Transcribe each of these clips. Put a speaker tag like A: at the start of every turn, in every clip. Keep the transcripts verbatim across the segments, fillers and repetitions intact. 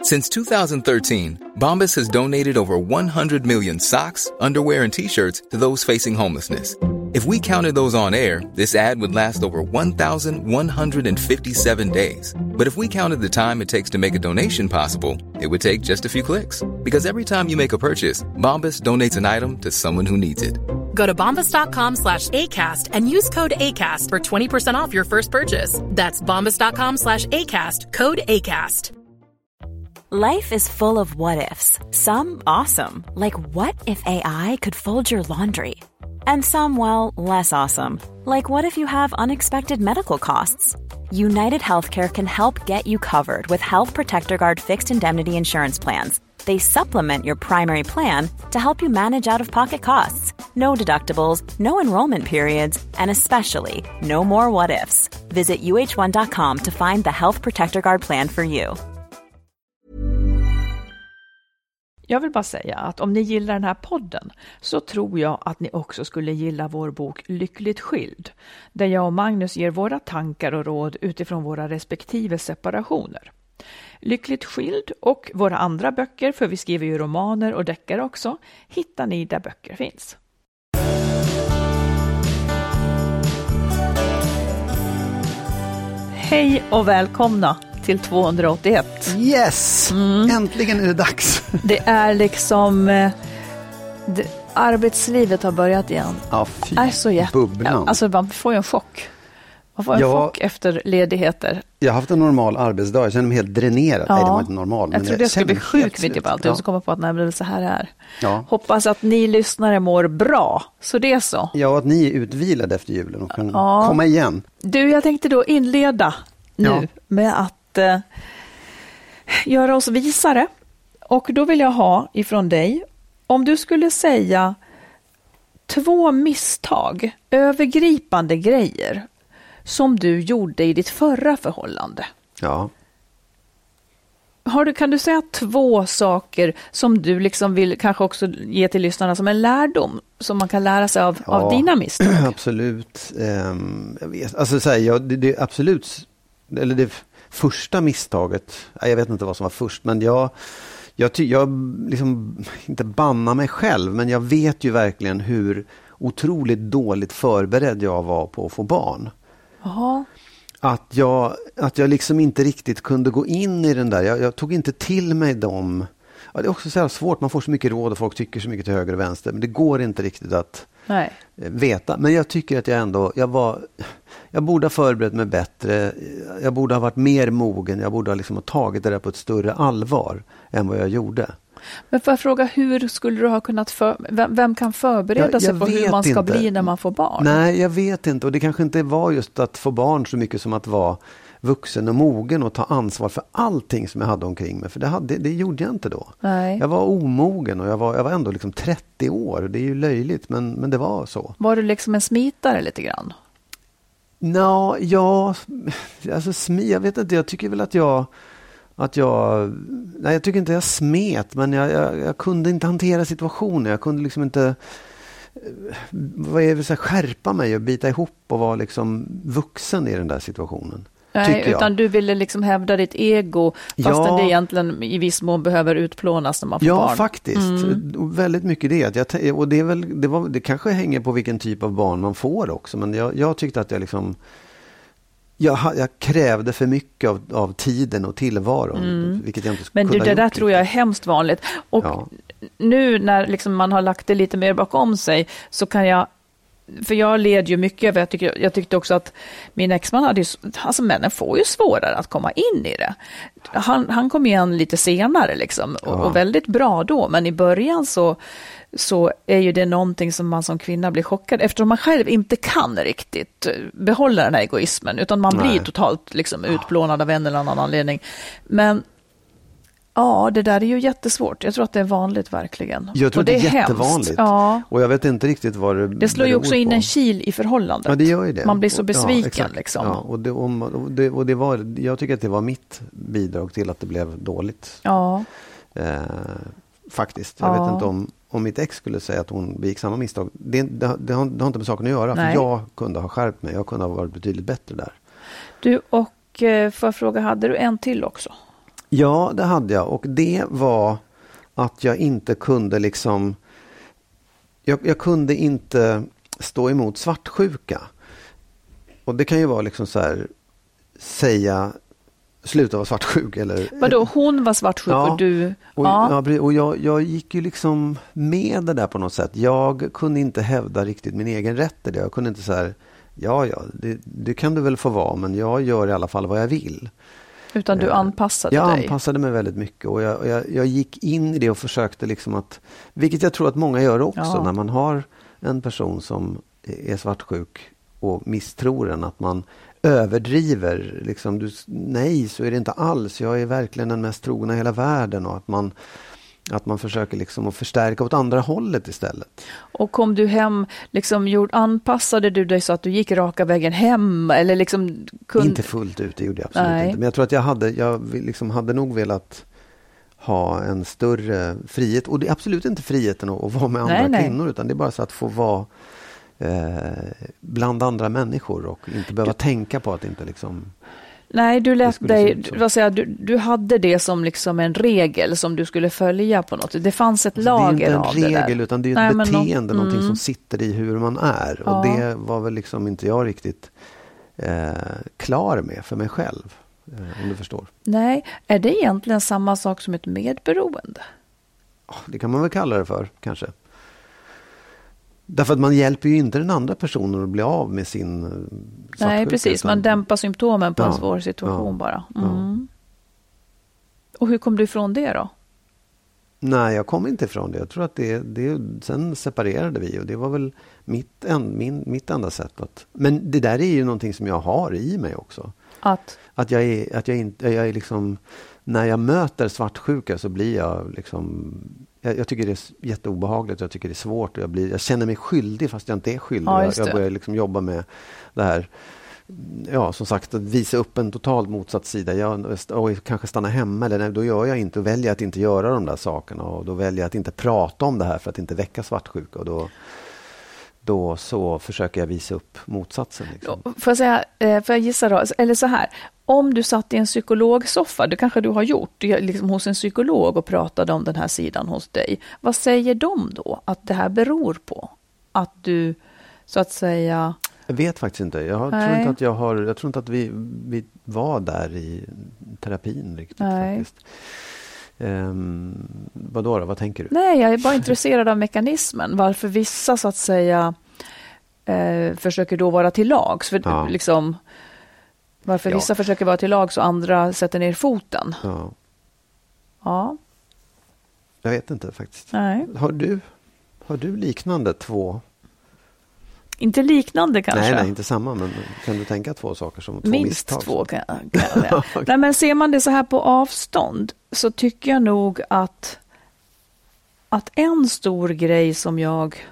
A: Since two thousand thirteen, Bombas has donated over one hundred million socks, underwear, and T-shirts to those facing homelessness. If we counted those on air, this ad would last over one thousand one hundred fifty-seven days. But if we counted the time it takes to make a donation possible, it would take just a few clicks. Because every time you make a purchase, Bombas donates an item to someone who needs it.
B: Go to bombas.com slash ACAST and use code ACAST for twenty percent off your first purchase. That's bombas.com slash ACAST, code ACAST.
C: Life is full of what-ifs. Some awesome, like what if A I could fold your laundry? And some, well, less awesome, like what if you have unexpected medical costs? United Healthcare can help get you covered with Health Protector Guard fixed indemnity insurance plans. They supplement your primary plan to help you manage out-of-pocket costs. No deductibles, no enrollment periods, and especially no more what-ifs. Visit U H one dot com to find the Health Protector Guard plan for you.
D: Jag vill bara säga att om ni gillar den här podden så tror jag att ni också skulle gilla vår bok Lyckligt skild, där jag och Magnus ger våra tankar och råd utifrån våra respektive separationer. Lyckligt skild och våra andra böcker, för vi skriver ju romaner och deckare också, hittar ni där böcker finns. Hej och välkomna till tvåhundraåttioett.
E: Yes! Mm. Äntligen är det dags.
D: Det är liksom... Det, arbetslivet har börjat igen.
E: Ja, fy.
D: Är så jätte...
E: Bubblan.
D: Alltså man får ju en chock. Man får en
E: ja,
D: chock efter ledigheter.
E: Jag har haft en normal arbetsdag. Jag känner mig helt dränerad.
D: Ja.
E: Nej, det var inte normal.
D: Jag
E: men
D: tror det, det skulle bli sjukt mitt i allt.
E: Ja.
D: Och så kommer på att nej, det är så här det är.
E: Ja.
D: Hoppas att ni lyssnare mår bra. Så det är så.
E: Ja, att ni är utvilade efter julen och kan
D: ja.
E: komma igen.
D: Du, jag tänkte då inleda nu ja. med att eh, göra oss visare. Och då vill jag ha ifrån dig, om du skulle säga två misstag, övergripande grejer som du gjorde i ditt förra förhållande.
E: Ja.
D: Har du, kan du säga två saker som du liksom vill kanske också ge till lyssnarna som en lärdom som man kan lära sig av, ja, av dina misstag?
E: Absolut. Um, jag vet, alltså så här, ja, det, det absolut, eller det första misstaget, jag vet inte vad som var först, men jag jag, ty, jag liksom inte bannar mig själv, men jag vet ju verkligen hur otroligt dåligt förberedd jag var på att få barn.
D: Aha.
E: Att jag, att jag liksom inte riktigt kunde gå in i den där. Jag, jag tog inte till mig dem. Ja, det är också så här svårt. Man får så mycket råd och folk tycker så mycket till höger och vänster. Men det går inte riktigt att
D: Nej.
E: veta. Men jag tycker att jag ändå... Jag, var, jag borde ha förberett mig bättre. Jag borde ha varit mer mogen. Jag borde ha liksom tagit det där på ett större allvar än vad jag gjorde.
D: Men får jag fråga, hur skulle du ha kunnat för, vem, vem kan förbereda jag, jag sig på hur man ska inte. bli när man får barn?
E: Nej, jag vet inte. Och det kanske inte var just att få barn så mycket som att vara vuxen och mogen och ta ansvar för allting som jag hade omkring mig. För det, hade, det gjorde jag inte då.
D: Nej.
E: Jag var omogen och jag var, jag var ändå liksom trettio år. Det är ju löjligt, men, men det var så.
D: Var du liksom en smitare lite grann?
E: Nå, ja, alltså smi, jag vet inte. Jag tycker väl att jag... Att jag, nej jag tycker inte jag smet, men jag, jag, jag kunde inte hantera situationen. Jag kunde liksom inte vad är det, så här, skärpa mig och bita ihop och vara liksom vuxen i den där situationen.
D: Nej, utan jag. Du ville liksom hävda ditt ego fast ja. det egentligen i viss mån behöver utplånas när man får
E: ja,
D: barn.
E: Ja, faktiskt. Mm. Väldigt mycket det. Jag, och det, är väl, det, var, det kanske hänger på vilken typ av barn man får också, men jag, jag tyckte att jag liksom Jag, jag krävde för mycket av, av tiden och tillvaron.
D: Mm.
E: Vilket jag inte skulle
D: Men du, det där tror jag är hemskt vanligt. Och
E: ja.
D: nu när liksom man har lagt det lite mer bakom sig så kan jag, för jag led ju mycket, för jag, tycker, jag tyckte också att min exman hade ju, alltså männen får ju svårare att komma in i det. Han, han kom igen lite senare liksom, och,
E: ja.
D: och väldigt bra då, men i början så så är ju det någonting som man som kvinna blir chockad eftersom man själv inte kan riktigt behålla den här egoismen utan man
E: Nej.
D: blir totalt liksom utplånad av en eller annan anledning. Men ja, det där är ju jättesvårt. Jag tror att det är vanligt verkligen.
E: Jag tror
D: och det
E: att det är
D: är
E: jättevanligt.
D: Ja.
E: Och jag vet inte riktigt vad det
D: Det slår ju också in
E: på.
D: en kil i förhållandet.
E: Ja, det gör ju det.
D: Man blir så besviken.
E: Ja,
D: liksom.
E: Ja, och det, och det, och det var, jag tycker att det var mitt bidrag till att det blev dåligt.
D: Ja.
E: Eh, faktiskt. Jag
D: ja.
E: vet inte om, om mitt ex skulle säga att hon begick samma misstag. Det, det, det, har, det har inte med saken att göra.
D: Nej.
E: För jag kunde ha skärpt mig. Jag kunde ha varit betydligt bättre där.
D: Du, och eh, får jag fråga, hade du en till också?
E: Ja, det hade jag. Och det var att jag inte kunde liksom... Jag, jag kunde inte stå emot svartsjuka. Och det kan ju vara liksom så här... Säga... Sluta vara svartsjuk. Eller,
D: vadå, hon var svartsjuk
E: ja,
D: och du...
E: Och,
D: ja.
E: ja, och jag, jag gick ju liksom med det där på något sätt. Jag kunde inte hävda riktigt min egen rätt i det. Jag kunde inte så här... Ja, ja, det, det kan du väl få vara. Men jag gör i alla fall vad jag vill.
D: Utan du anpassade
E: jag
D: dig?
E: Jag anpassade mig väldigt mycket. Och jag, jag, jag gick in i det och försökte liksom att... Vilket jag tror att många gör också. Ja. När man har en person som är svartsjuk och misstror en. Att man överdriver. Liksom, du, nej, så är det inte alls. Jag är verkligen den mest trogna i hela världen. Och att man... Att man försöker liksom att förstärka åt andra hållet istället.
D: Och kom du hem, liksom, gjord, anpassade du dig så att du gick raka vägen hem? Eller liksom kunde...
E: Inte fullt ut, det gjorde jag absolut
D: Nej.
E: inte. Men jag tror att jag hade, jag liksom hade nog velat ha en större frihet. Och det är absolut inte friheten att, att vara med andra nej, kvinnor. Nej. Utan det är bara så att få vara eh, bland andra människor. Och inte behöva du... tänka på att inte liksom...
D: Nej, du lät dig, vad säger jag, du, du hade det som liksom en regel som du skulle följa på något. Det fanns ett alltså, lager av det där. Det är inte en regel
E: utan det är ett Nej, beteende, no, någonting mm. som sitter i hur man är. Ja. Och det var väl liksom inte jag riktigt eh, klar med för mig själv, eh, om du förstår.
D: Nej, är det egentligen samma sak som ett medberoende?
E: Det kan man väl kalla det för, kanske. Därför att man hjälper ju inte den andra personen att bli av med sin svartsjuka.
D: Nej, precis.
E: Utan...
D: Man dämpar symptomen på
E: ja,
D: en svår situation ja, bara. Mm.
E: Ja.
D: Och hur kom du ifrån det då?
E: Nej, jag kom inte ifrån det. Jag tror att det, det sen separerade vi och det var väl mitt, en, min, mitt enda sätt att... Men det där är ju någonting som jag har i mig också.
D: Att?
E: Att jag är, att jag inte, jag är liksom... När jag möter svartsjuka så blir jag liksom... Jag, jag tycker det är jätteobehagligt. Jag tycker det är svårt. Och jag, blir, jag känner mig skyldig fast jag inte är skyldig.
D: Ja,
E: jag, jag börjar liksom jobba med det här. Ja, som sagt, att visa upp en totalt motsatt sida. Jag, och kanske stanna hemma. Eller nej, då gör jag inte. Och väljer att inte göra de där sakerna. Och då väljer jag att inte prata om det här för att inte väcka svartsjuka. Och då... Då så försöker jag visa upp motsatsen. Liksom.
D: Får jag säga, får jag gissa då? Eller så här, om du satt i en psykologsoffa, det kanske du har gjort, liksom hos en psykolog och pratade om den här sidan hos dig. Vad säger de då att det här beror på? Att du, så att säga...
E: Jag vet faktiskt inte. Jag tror inte att jag har, jag tror inte att vi, vi var där i terapin riktigt
D: Nej.
E: faktiskt. Um, vadå då? Vad tänker du?
D: Nej, jag är bara intresserad av mekanismen. Varför vissa så att säga eh, försöker då vara till lags. För,
E: ja.
D: liksom, varför ja. vissa försöker vara till lags och andra sätter ner foten.
E: Ja.
D: Ja.
E: Jag vet inte faktiskt.
D: Nej.
E: Har du, har du liknande två?
D: Inte liknande kanske.
E: Nej, nej, inte samma. Men kan du tänka två saker som två
D: Minst
E: misstag?
D: Minst två kan jag, kan jag säga. okay. Nej, men ser man det så här på avstånd så tycker jag nog att, att en stor grej som jag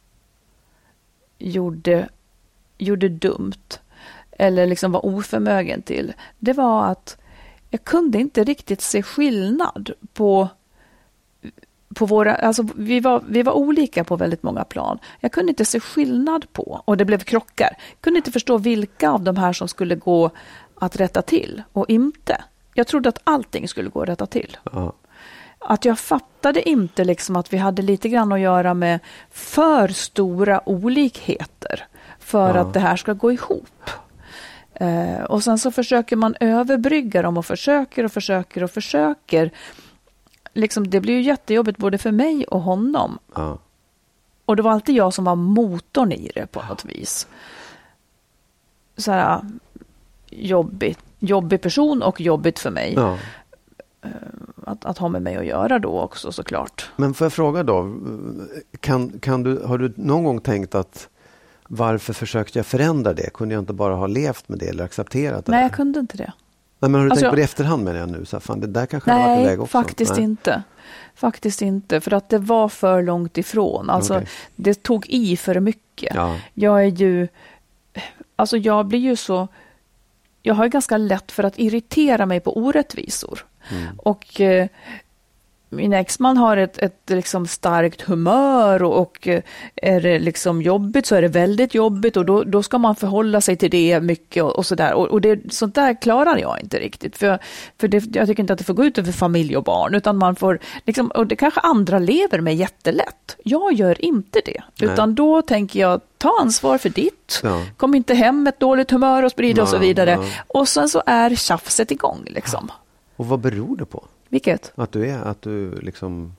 D: gjorde, gjorde dumt eller liksom var oförmögen till, det var att jag kunde inte riktigt se skillnad på på våra, alltså vi var, vi var olika på väldigt många plan. Jag kunde inte se skillnad på, och det blev krockar. Jag kunde inte förstå vilka av de här som skulle gå att rätta till och inte. Jag trodde att allting skulle gå att rätta till.
E: Ja.
D: Att jag fattade inte liksom att vi hade lite grann att göra med för stora olikheter för
E: ja.
D: att det här ska gå ihop. Eh, och sen så försöker man överbrygga dem och försöker och försöker och försöker. Liksom, det blir ju jättejobbigt både för mig och honom.
E: Ja.
D: Och det var alltid jag som var motorn i det på något vis. Så här jobbig, jobbig person och jobbigt för mig.
E: Ja.
D: Att, att ha med mig att göra då också såklart.
E: Men får jag fråga då, kan, kan du, har du någon gång tänkt att varför försökte jag förändra det? Kunde jag inte bara ha levt med det eller accepterat det?
D: Nej, jag kunde inte det.
E: Nej, men har du
D: alltså,
E: tänkt på det i efterhand menar jag nu? Så fan, det där kanske nej, har varit väg också.
D: Faktiskt nej, inte. Faktiskt inte. För att det var för långt ifrån. Alltså, okay. Det tog i för mycket.
E: Ja.
D: Jag är ju... Alltså jag blir ju så... Jag har ju ganska lätt för att irritera mig på orättvisor. Mm. Och... Eh, min exman har ett, ett liksom starkt humör och, och är det liksom jobbigt så är det väldigt jobbigt och då, då ska man förhålla sig till det mycket och, och sådär. Och, och det, sånt där klarar jag inte riktigt. För, för det, jag tycker inte att det får gå ut över familj och barn utan man får, liksom, och det kanske andra lever med jättelätt. Jag gör inte det. Nej. Utan då tänker jag, ta ansvar för ditt. Ja. Kom inte hem med ett dåligt humör och sprida och så vidare. Ja. Och sen så är tjafset igång liksom. Ja.
E: Och vad beror det på?
D: Vilket?
E: Att du är, att du liksom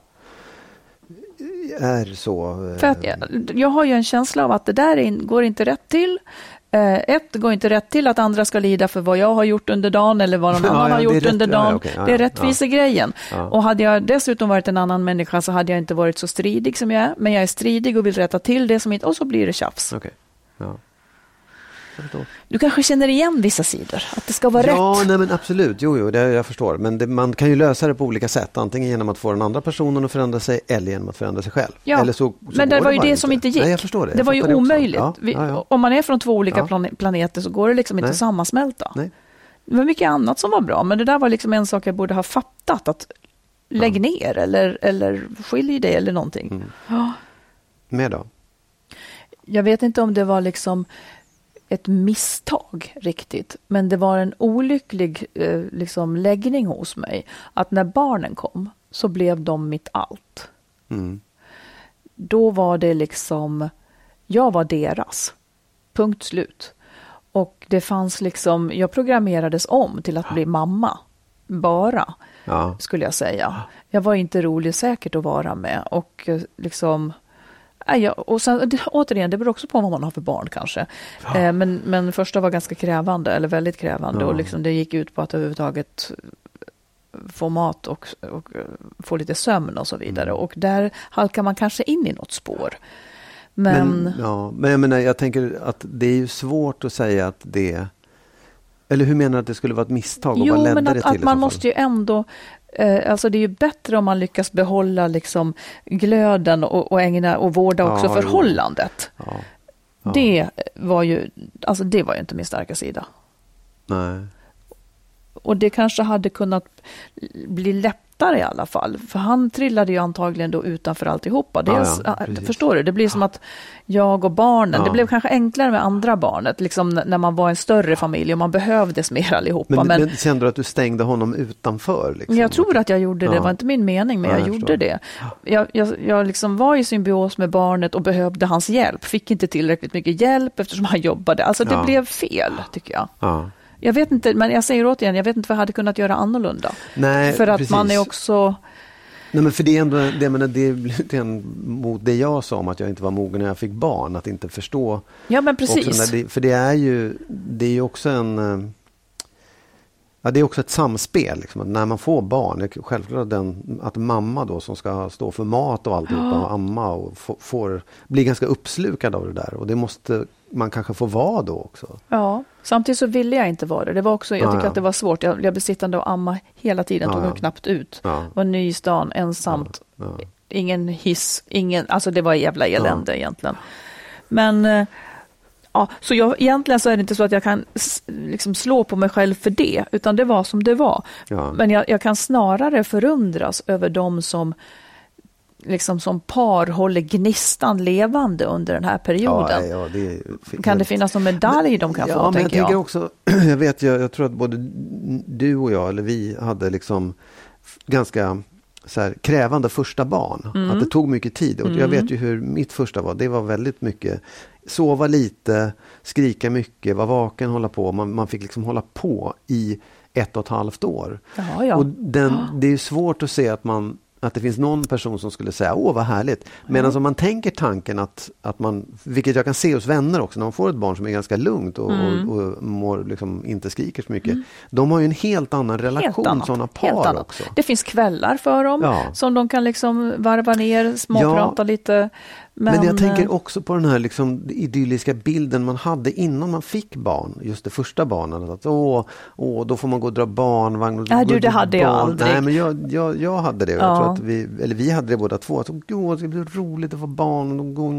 E: är så...
D: För att jag, jag har ju en känsla av att det där in, går inte rätt till. Eh, ett, det går inte rätt till att andra ska lida för vad jag har gjort under dagen eller vad någon ja, annan ja, har gjort rätt, under dagen. Ja, okay, ja, det är rättvisegrejen. Ja, ja. Och hade jag dessutom varit en annan människa så hade jag inte varit så stridig som jag är. Men jag är stridig och vill rätta till det som inte... Och så blir det tjafs.
E: Okej, okay. Ja.
D: Du kanske känner igen vissa sidor, att det ska vara
E: ja,
D: rätt.
E: Ja, nej men absolut. Jo, jo, det jag förstår. Men det, man kan ju lösa det på olika sätt. Antingen genom att få den andra personen att förändra sig eller genom att förändra sig själv.
D: Ja,
E: eller så, så
D: men det var ju det inte. som inte gick.
E: Nej, jag förstår det.
D: Det
E: jag
D: var ju
E: det
D: omöjligt.
E: Ja,
D: Vi,
E: ja, ja.
D: Om man är från två olika
E: ja.
D: plan- planeter så går det liksom inte
E: nej.
D: att sammansmälta.
E: Nej.
D: Det var mycket annat som var bra, men det där var liksom en sak jag borde ha fattat. Att lägg ja. ner eller, eller skilj dig eller någonting.
E: Mm.
D: Ja.
E: Med då?
D: Jag vet inte om det var liksom... ett misstag riktigt. Men det var en olycklig eh, liksom läggning hos mig. Att när barnen kom så blev de mitt allt.
E: Mm.
D: Då var det liksom, jag var deras. Punkt slut. Och det fanns liksom, jag programmerades om till att bli mamma. Bara, ja. skulle jag säga. Jag var inte rolig säkert att vara med. Och eh, liksom... Ja, och sen, det, återigen, det beror också på vad man har för barn kanske. Ja. Eh, men, men första var ganska krävande, eller väldigt krävande. Ja. Och liksom det gick ut på att överhuvudtaget få mat och, och få lite sömn och så vidare. Mm. Och där halkar man kanske in i något spår. Men,
E: men, ja, men jag menar, jag tänker att det är ju svårt att säga att det... Eller hur menar du att det skulle vara ett misstag? Och
D: jo,
E: vad ledde
D: men att,
E: det till
D: att man måste ju ändå... Alltså det är ju bättre om man lyckas behålla liksom glöden och, och ägna och vårda också ja, förhållandet. Ja, ja. Det var ju alltså det var ju inte min starka sida.
E: Nej.
D: Och det kanske hade kunnat bli lättare i alla fall. För han trillade ju antagligen då utanför alltihopa. Dels, ja, ja, förstår du? Det blir som att jag och barnen, ja. det blev kanske enklare med andra barnet. Liksom när man var en större familj och man behövdes mer allihopa.
E: Men,
D: men,
E: men kände du att du stängde honom utanför? Liksom?
D: Jag tror att jag gjorde det. Det var inte min mening, men ja, jag, jag gjorde det. Jag, jag, jag liksom var i symbios med barnet och behövde hans hjälp. Fick inte tillräckligt mycket hjälp eftersom han jobbade. Alltså det ja. blev fel, tycker jag. Ja. Jag vet inte, men jag säger återigen, jag vet inte vad jag hade kunnat göra annorlunda.
E: Nej,
D: för att
E: precis.
D: man är också...
E: Nej, men för det är ändå, det, menar, det är mot det jag sa om att jag inte var mogen när jag fick barn, att inte förstå.
D: Ja, men precis.
E: Det, för det är ju, det är ju också en... Ja, det är också ett samspel. Liksom, att när man får barn, självklart den, att mamma då som ska stå för mat och alltihopa ja. och amma och få, får bli ganska uppslukad av det där. Och det måste man kanske få vara då också.
D: Ja, samtidigt så ville jag inte vara det. Det var också, jag tycker ja, ja. att det var svårt. Jag blev sittande och amma hela tiden, tog ja, ja. knappt ut. Ja. Var ny i stan, ensamt. Ja, ja. Ingen hiss, ingen, alltså det var jävla elände ja. egentligen. Men... Ja, så jag, egentligen så är det inte så att jag kan liksom slå på mig själv för det, utan det var som det var. Ja. Men jag, jag kan snarare förundras över de som liksom som par håller gnistan levande under den här perioden.
E: Ja, ja, det är,
D: kan det finnas någon medalj de kan
E: ja,
D: få,
E: men
D: tänker
E: jag.
D: jag.
E: Också, jag vet, jag, jag tror att både du och jag, eller vi hade liksom ganska... så här, krävande första barn. Mm. Att det tog mycket tid. Och mm. jag vet ju hur mitt första var. Det var väldigt mycket sova lite, skrika mycket, vara vaken, hålla på. Man, man fick liksom hålla på i ett och ett halvt år.
D: Ja, ja.
E: Och den, det är svårt att se att man att det finns någon person som skulle säga, åh vad härligt. Medan mm. om man tänker tanken att, att man, vilket jag kan se hos vänner också, när man får ett barn som är ganska lugnt och, mm. och, och mår, liksom, inte skriker så mycket. Mm. De har ju en helt annan relation, helt sådana par helt också.
D: Det finns kvällar för dem ja. som de kan liksom varva ner, småprata ja. lite. Men,
E: men jag tänker också på den här liksom idylliska bilden man hade innan man fick barn, just det första barnet. Att, åh, åh, då får man gå och dra barnvagn.
D: Nej, du, det hade
E: barn.
D: jag aldrig.
E: Nej, men jag, jag, jag hade det. Ja. Jag tror att vi, eller vi hade det båda två. Att, åh, det blir roligt att få barn.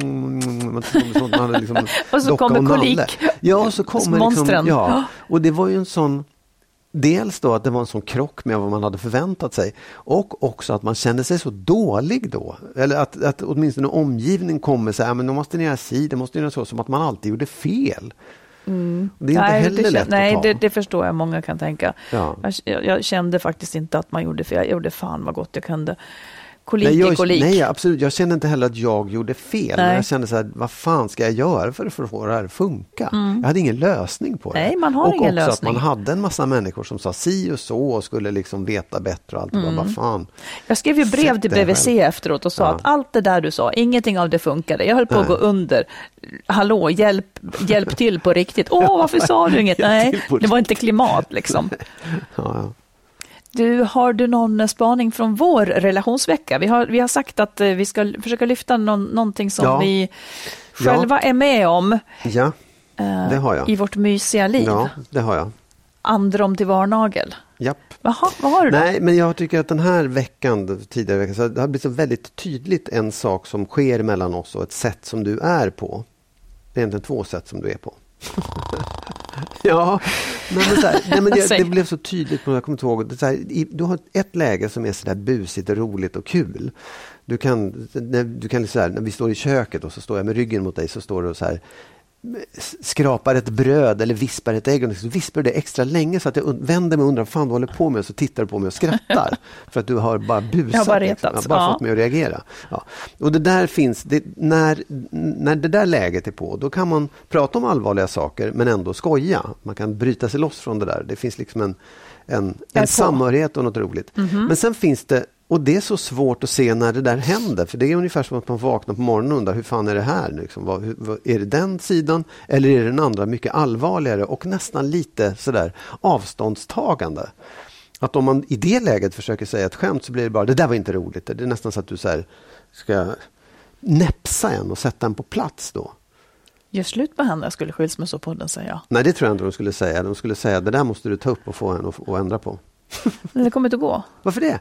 E: Och, man hade liksom
D: och så kommer kolik.
E: Ja, så kommer liksom, ja. Och det var ju en sån... dels då att det var en sån krock med vad man hade förväntat sig och också att man kände sig så dålig då. Eller att, att åtminstone omgivning kommer så här, men då måste ni göra si, det måste ni göra så, som att man alltid gjorde fel.
D: Mm.
E: Det är inte
D: nej,
E: heller
D: det,
E: lätt
D: nej,
E: att ta.
D: Det, det förstår jag, många kan tänka.
E: Ja.
D: Jag, jag kände faktiskt inte att man gjorde fel. Jag gjorde fan vad gott jag kunde. Kolik
E: nej,
D: är
E: jag,
D: kolik.
E: nej, absolut. Jag kände inte heller att jag gjorde fel.
D: Nej.
E: Men jag kände så här, vad fan ska jag göra för att få det här att funka? Mm. Jag hade ingen lösning på det.
D: Nej, man har
E: och
D: ingen
E: också
D: lösning.
E: att man hade en massa människor som sa si och så och skulle liksom veta bättre och allt. Mm. Bara, fan.
D: Jag skrev ju brev till B V C efteråt och sa ja. att allt det där du sa, ingenting av det funkade. Jag höll på nej. att gå under. Hallå, hjälp, hjälp till på riktigt. Åh, varför sa du inget? Nej, det var inte klimat liksom.
E: ja, ja.
D: Du, har du någon spaning från vår relationsvecka? Vi har, vi har sagt att vi ska försöka lyfta någon, någonting som ja. vi själva ja. är med om
E: ja, det har jag.
D: i vårt mysiga liv.
E: Ja, det har jag.
D: Androm till varnagel.
E: Japp.
D: Jaha, vad har du då?
E: Nej, men jag tycker att den här veckan, tidigare veckan, så det har blivit så väldigt tydligt en sak som sker mellan oss och ett sätt som du är på. Det är egentligen två sätt som du är på. ja, men så här, nej, men det, det blev så tydligt på jag kommer ihåg. Det så här, du har ett läge som är så där busigt och roligt och kul. Du kan, när, du kan så här, när vi står i köket och så står jag med ryggen mot dig så står du och så här skrapar ett bröd eller vispar ett ägg och så vispar det extra länge så att jag vänder mig och undrar vad fan du håller på med och så tittar du på mig och skrattar för att du har bara busat.
D: Jag har bara
E: liksom.
D: retats.
E: Jag har bara
D: ja.
E: fått mig att reagera. Ja. Och det där finns, det, när, när det där läget är på, då kan man prata om allvarliga saker men ändå skoja. Man kan bryta sig loss från det där. Det finns liksom en, en, en samhörighet och något roligt. Mm-hmm. Men sen finns det, och det är så svårt att se när det där händer. För det är ungefär som att man vaknar på morgonen och undrar, hur fan är det här? Liksom? Vad, hur, vad, är det den sidan? Eller är det den andra mycket allvarligare och nästan lite sådär avståndstagande? Att om man i det läget försöker säga ett skämt så blir det bara, det där var inte roligt. Det är nästan så att du så här, ska näpsa en och sätta en på plats då.
D: Gör slut med henne, skulle Skilsmässopodden säga.
E: Nej, det tror jag inte de skulle säga. De skulle säga, det där måste du ta upp och få en och, och ändra på.
D: Men det kommer inte att gå.
E: Varför det?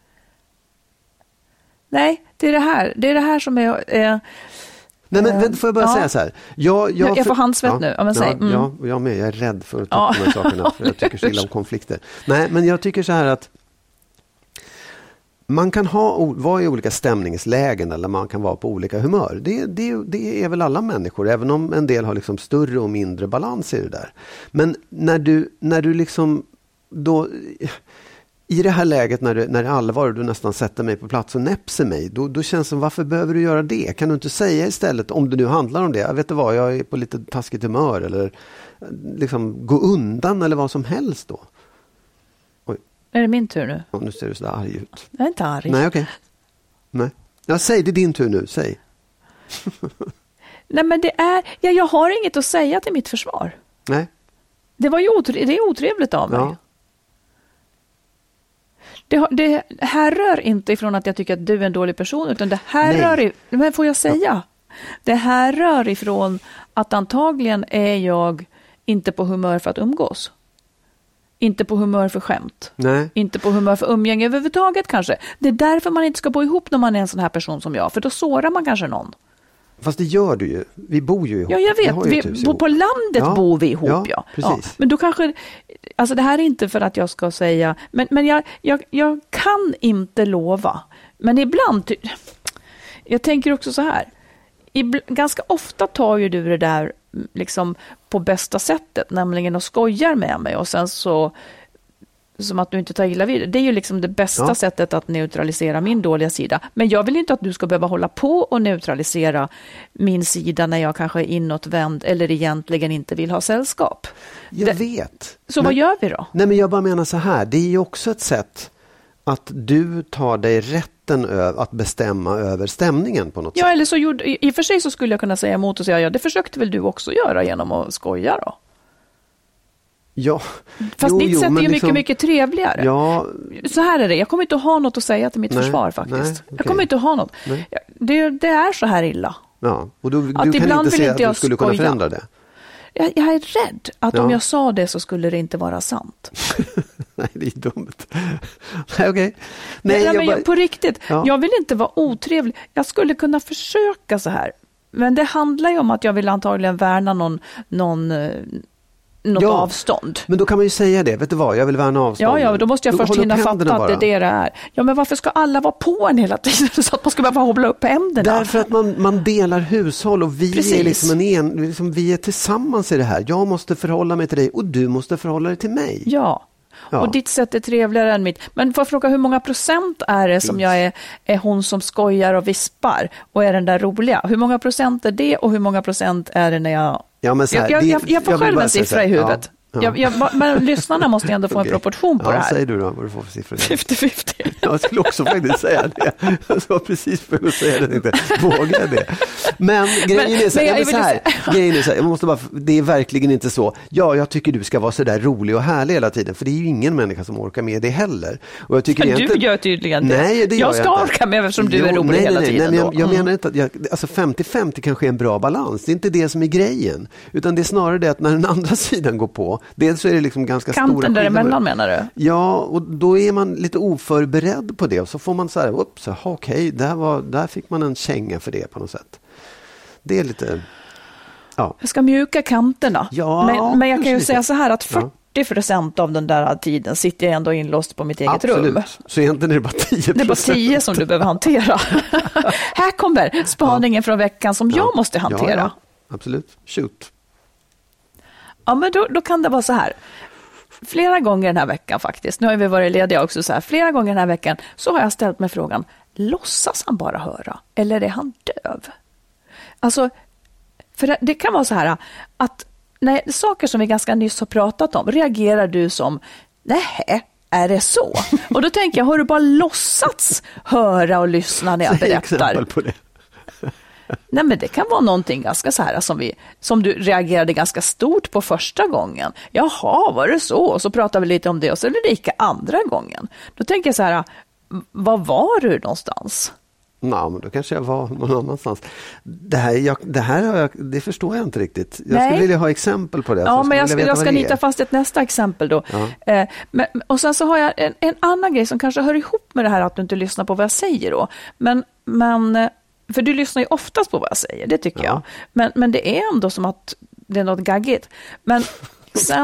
D: Nej, det är det här. Det är det här som är... Eh,
E: Nej, men äh, får jag bara ja. säga så här. Jag, jag,
D: jag får handsvett
E: ja,
D: nu. Ja, men
E: ja,
D: säg. Mm.
E: ja, jag med. Jag är rädd för att ta ja. de här sakerna. För jag tycker så illa om konflikter. Nej, men jag tycker så här att man kan ha, vara i olika stämningslägen eller man kan vara på olika humör. Det, det, det är väl alla människor, även om en del har liksom större och mindre balans i det där. Men när du, när du liksom då... I det här läget när, du, när det är allvar och du nästan sätter mig på plats och näpser mig, då, då känns det som, varför behöver du göra det? Kan du inte säga istället, om det nu handlar om det, jag vet inte vad, jag är på lite taskigt humör eller liksom gå undan eller vad som helst då. Oj.
D: Är det min tur nu?
E: Ja, nu ser du så där arg ut.
D: Jag är inte arg.
E: Nej, okej. Okay. Nej. Ja, säg, det är din tur nu, säg.
D: Nej, men det är, ja, jag har inget att säga till mitt försvar.
E: Nej. Det
D: var ju otre, det är otrevligt av mig.
E: Ja.
D: Det, det här rör inte ifrån att jag tycker att du är en dålig person, utan det här
E: Nej.
D: rör, men får jag säga? Ja. Det här rör ifrån att antagligen är jag inte på humör för att umgås. Inte på humör för skämt.
E: Nej.
D: Inte på humör för umgänge överhuvudtaget kanske. Det är därför man inte ska bo ihop när man är en sån här person som jag, för då sårar man kanske någon.
E: Fast det gör du ju. Vi bor ju ihop.
D: Ja, jag vet. Vi, på, på landet ja. bor vi ihop, ja.
E: ja. Precis.
D: Ja. Men då kanske, alltså det här är inte för att jag ska säga, men, men jag, jag, jag kan inte lova. Men ibland, jag tänker också så här, ibland, ganska ofta tar ju du det där liksom på bästa sättet, nämligen att skojar med mig och sen så som att du inte tar illa vid det. Det är ju liksom det bästa ja. sättet att neutralisera min dåliga sida. Men jag vill inte att du ska behöva hålla på och neutralisera min sida när jag kanske är inåtvänd eller egentligen inte vill ha sällskap.
E: Jag
D: det,
E: vet.
D: Så
E: men,
D: vad gör vi då?
E: Nej, men jag bara menar så här. Det är ju också ett sätt att du tar dig rätten över att bestämma över stämningen på något
D: ja,
E: sätt.
D: Eller så gjorde, i och för sig så skulle jag kunna säga emot och säga, ja, det försökte väl du också göra genom att skoja då?
E: Ja.
D: Fast
E: jo,
D: ditt
E: jo,
D: sätt är ju
E: liksom,
D: mycket, mycket trevligare.
E: Ja.
D: Så här är det. Jag kommer inte att ha något att säga till mitt
E: nej,
D: försvar faktiskt.
E: Nej, okay.
D: Jag kommer inte att ha något. Det, det är så här illa.
E: Ja, och du,
D: att
E: du kan inte se att du skulle kunna
D: skoja.
E: förändra det.
D: Jag, jag är rädd att ja. om jag sa det så skulle det inte vara sant.
E: Nej, det är dumt. Nej, okej. Okay.
D: Nej, jag bara... på riktigt. Ja. Jag vill inte vara otrevlig. Jag skulle kunna försöka så här. Men det handlar ju om att jag vill antagligen värna någon, någon något
E: ja,
D: avstånd.
E: Men då kan man ju säga det, vet du vad, jag vill värna avstånd.
D: Ja, ja, då måste jag
E: då
D: först hinna fatta att det är det det är. Ja, men varför ska alla vara på en hela tiden så att man ska behöva hålla upp händerna?
E: Därför att man, man delar hushåll och vi
D: Precis.
E: är liksom en, en liksom, vi är tillsammans i det här. Jag måste förhålla mig till dig och du måste förhålla dig till mig.
D: Ja. Ja. Och ditt sätt är trevligare än mitt. Men får jag fråga, hur många procent är det som jag är, är hon som skojar och vispar och är den där roliga? Hur många procent är det och hur många procent är det när jag...
E: Ja, men så här,
D: jag, jag,
E: det,
D: jag får
E: jag
D: själv en siffra i huvudet.
E: Ja. Ja.
D: Jag, jag, men lyssnarna måste ändå få okay. en proportion på
E: ja,
D: det här.
E: Säg du då vad du får för siffror.
D: femtio femtio.
E: Jag skulle också faktiskt säga det. Jag var precis för att säga det. Inte. Vågar jag det? Men grejen är så, men jag, jag så här. Grejen är så här, jag måste bara, det är verkligen inte så. Ja, jag tycker du ska vara så där rolig och härlig hela tiden. För det är ju ingen människa som orkar med det heller. Och jag tycker
D: men du
E: egentligen...
D: gör tydligen det.
E: Nej, det gör
D: jag ska
E: jag
D: orka med eftersom du
E: jo,
D: är rolig
E: nej,
D: hela
E: nej,
D: tiden.
E: Nej, men jag, jag
D: mm.
E: menar inte att jag, alltså femtio femtio kanske är en bra balans. Det är inte det som är grejen. Utan det är snarare det att när den andra sidan går på. Dels så är det liksom ganska
D: kanten
E: stora skillnader.
D: Däremellan menar du?
E: Ja, och då är man lite oförberedd på det. Och så får man så här, upps, okej, okay, där, var, där fick man en känga för det på något sätt. Det är lite... Ja.
D: Jag ska mjuka kanterna.
E: Ja,
D: men, men jag kan ju
E: lite.
D: säga så här att fyrtio procent av den där tiden sitter jag ändå inlåst på mitt eget
E: Absolut.
D: rum.
E: Så egentligen är det bara tio procent.
D: Det är bara tio som du behöver hantera. Här kommer spaningen ja. från veckan som ja. jag måste hantera. Ja,
E: ja. Absolut. Shoot.
D: Ja, men då, då kan det vara så här. Flera gånger den här veckan faktiskt, nu har vi varit lediga också så här, flera gånger den här veckan så har jag ställt mig frågan, låtsas han bara höra eller är han döv? Alltså, för det, det kan vara så här att när saker som vi ganska nyss har pratat om, reagerar du som, nej, är det så? Och då tänker jag, har du bara låtsats höra och lyssna när jag berättar?
E: Exempel på det.
D: Nej, men det kan vara någonting ganska så här som, vi, som du reagerade ganska stort på första gången. Jaha, var det så? Och så pratar vi lite om det och så är det lika andra gången. Då tänker jag så här, var var du någonstans?
E: Nej, men då kanske jag var någon annanstans. Det här, jag, det här har jag, det förstår jag inte riktigt. Jag
D: Nej.
E: skulle vilja ha exempel på det.
D: Ja, men jag, jag ska nita fast ett nästa exempel då. Ja. Eh, men, och sen så har jag en, en annan grej som kanske hör ihop med det här att du inte lyssnar på vad jag säger då. Men... men för du lyssnar ju oftast på vad jag säger, det tycker ja. jag. Men, men det är ändå som att det är något gaggigt. Men sen,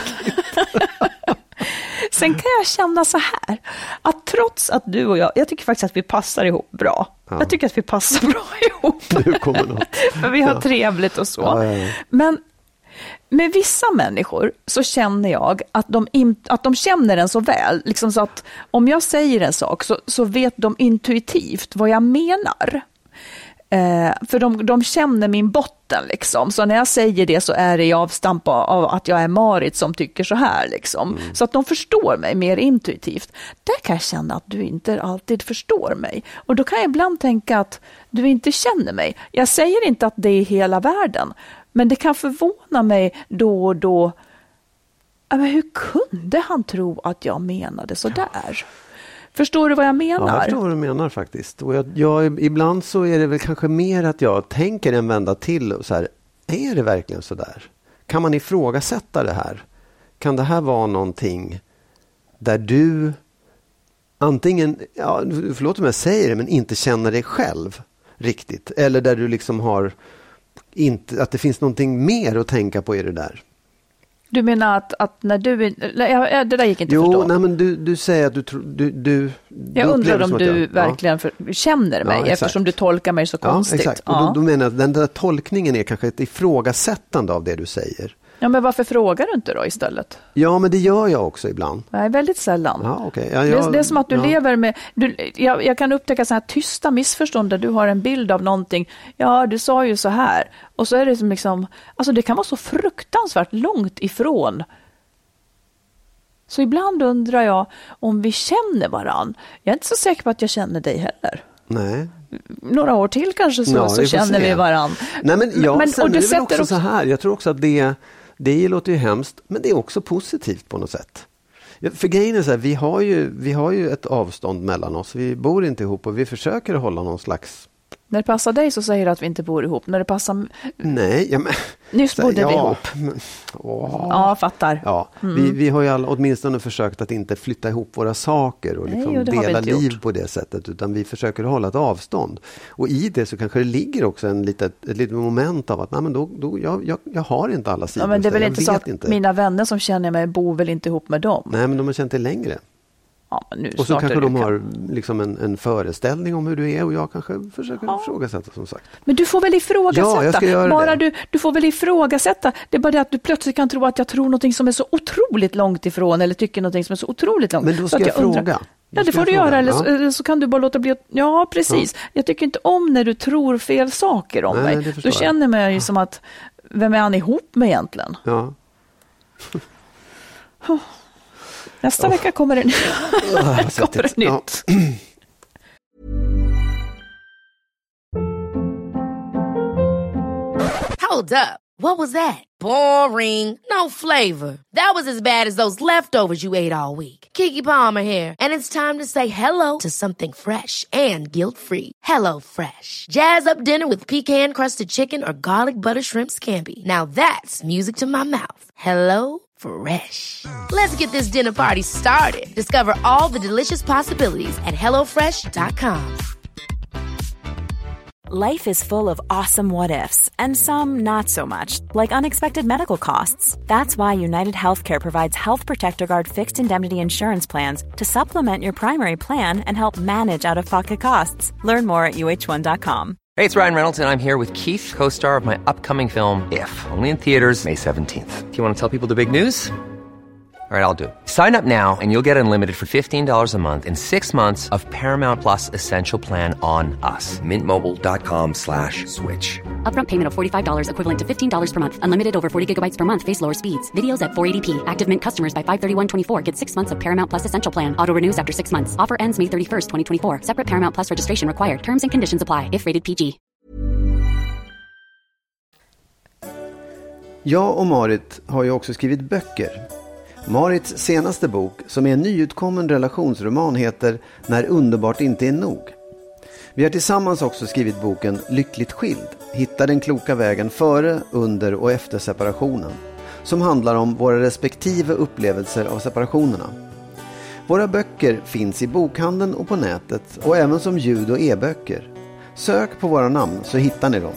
D: sen kan jag känna så här, att trots att du och jag, jag tycker faktiskt att vi passar ihop bra. Ja. Jag tycker att vi passar bra ihop.
E: Nu kommer något.
D: För vi har
E: ja.
D: trevligt och så.
E: Ja, ja, ja.
D: Men med vissa människor så känner jag att de, in, att de känner den så väl. Liksom så att om jag säger en sak så, så vet de intuitivt vad jag menar. Eh, för de, de känner min botten liksom. Så när jag säger det så är det i avstamp av att jag är Marit som tycker så här liksom. Mm. Så att de förstår mig mer intuitivt. Där kan jag känna att du inte alltid förstår mig. Och då kan jag ibland tänka att du inte känner mig. Jag säger inte att det är hela världen. Men det kan förvåna mig då och då. Men hur kunde han tro att jag menade så där? Förstår du vad jag menar?
E: Ja, jag förstår vad du menar faktiskt. Och jag, jag, ibland så är det väl kanske mer att jag tänker en vända till. Och så här, är det verkligen så där? Kan man ifrågasätta det här? Kan det här vara någonting där du antingen, ja, förlåt om jag säger det, men inte känner dig själv riktigt? Eller där du liksom har, inte, att det finns någonting mer att tänka på i det där? Du
D: menar att, att när du... Det där gick inte
E: jo,
D: att förstå.
E: Nej, men du, du säger att du... du, du
D: jag
E: du
D: undrar om du
E: jag,
D: verkligen
E: ja.
D: för, känner mig ja, eftersom du tolkar mig så konstigt.
E: Ja, exakt.
D: Ja.
E: Och då, då menar jag att den där tolkningen är kanske ett ifrågasättande av det du säger.
D: Ja, men varför frågar du inte då istället?
E: Ja, men det gör jag också ibland.
D: Nej, väldigt sällan.
E: Ja, okay. ja,
D: jag,
E: det,
D: det är som att du
E: ja.
D: lever med... Du, jag, jag kan upptäcka så här tysta missförstånd där du har en bild av någonting. Ja, du sa ju så här. Och så är det som liksom... Alltså det kan vara så fruktansvärt långt ifrån. Så ibland undrar jag om vi känner varann. Jag är inte så säker på att jag känner dig heller.
E: Nej.
D: Några år till kanske så, ja, så känner se. vi varann.
E: Nej, men ja, men,
D: sen
E: och
D: du
E: är det
D: sätter
E: också, också så här. Jag tror också att det, det låter ju hemskt, men det är också positivt på något sätt. För grejen är så här, vi har ju, vi har ju ett avstånd mellan oss. Vi bor inte ihop och vi försöker hålla någon slags
D: När det passar dig så säger du att vi inte bor ihop. När det passar...
E: Nej, ja, men...
D: Nyss bodde
E: ja,
D: vi ihop.
E: Men, åh.
D: Ja, fattar.
E: Ja, mm. vi, vi har ju all, åtminstone försökt att inte flytta ihop våra saker och liksom Nej, dela liv gjort. på det sättet, utan vi försöker hålla ett avstånd. Och i det så kanske det ligger också en litet, ett litet moment av att nej, men då, då, jag, jag, jag har inte alla sidor.
D: Ja, men det är väl
E: jag
D: inte så att
E: inte.
D: mina vänner som känner mig bor väl inte ihop med dem?
E: Nej, men de har känt det längre.
D: Ja, men nu
E: och så kanske de
D: kan...
E: har liksom en, en föreställning om hur du är och jag kanske försöker ja. ifrågasätta som sagt.
D: Men du får väl ifrågasätta.
E: Ja, jag ska göra
D: bara
E: det.
D: Du, du får väl ifrågasätta. Det är bara det att du plötsligt kan tro att jag tror något som är så otroligt långt ifrån eller tycker något som är så otroligt långt.
E: Men då ska
D: så
E: jag,
D: jag
E: fråga.
D: Undrar, ja, det får du göra. Eller så, eller så kan du bara låta bli att... Ja, precis. Ja. Jag tycker inte om när du tror fel saker om
E: Nej,
D: mig. Då känner man ju som att vem är han ihop med egentligen?
E: Ja.
D: Nästa oh. vecka kommer det, oh, kommer det nytt. Ja.
F: Hold up. What was that? Boring. No flavor. That was as bad as those leftovers you ate all week. Keke Palmer here. And it's time to say hello to something fresh and guilt-free. Hello Fresh. Jazz up dinner with pecan-crusted chicken or garlic butter shrimp scampi. Now that's music to my mouth. Hello Fresh. Let's get this dinner party started. Discover all the delicious possibilities at hello fresh dot com.
C: Life is full of awesome what-ifs, and some not so much, like unexpected medical costs. That's why United Healthcare provides Health Protector Guard fixed indemnity insurance plans to supplement your primary plan and help manage out-of-pocket costs. Learn more at U H one dot com.
G: Hey, it's Ryan Reynolds, and I'm here with Keith, co-star of my upcoming film, If, only in theaters May seventeenth. Do you want to tell people the big news? All right, I'll do it. Sign up now and you'll get unlimited for fifteen dollars a month and six months of Paramount Plus Essential Plan on us. Mint Mobile dot com slash switch.
H: Upfront payment of forty-five dollars equivalent to fifteen dollars per month. Unlimited over forty gigabytes per month. Face lower speeds. Videos at four eighty p. Active Mint customers by five thirty-one twenty-four get six months of Paramount Plus Essential Plan. Auto renews after six months. Offer ends May thirty-first, twenty twenty-four. Separate Paramount Plus registration required. Terms and conditions apply if rated P G.
E: Jag och Marit har ju också skrivit böcker. Marits senaste bok, som är en nyutkommen relationsroman, heter När underbart inte är nog. Vi har tillsammans också skrivit boken Lyckligt skild. Hitta den kloka vägen före, under och efter separationen, som handlar om våra respektive upplevelser av separationerna. Våra böcker finns i bokhandeln och på nätet och även som ljud- och e-böcker. Sök på våra namn så hittar ni dem.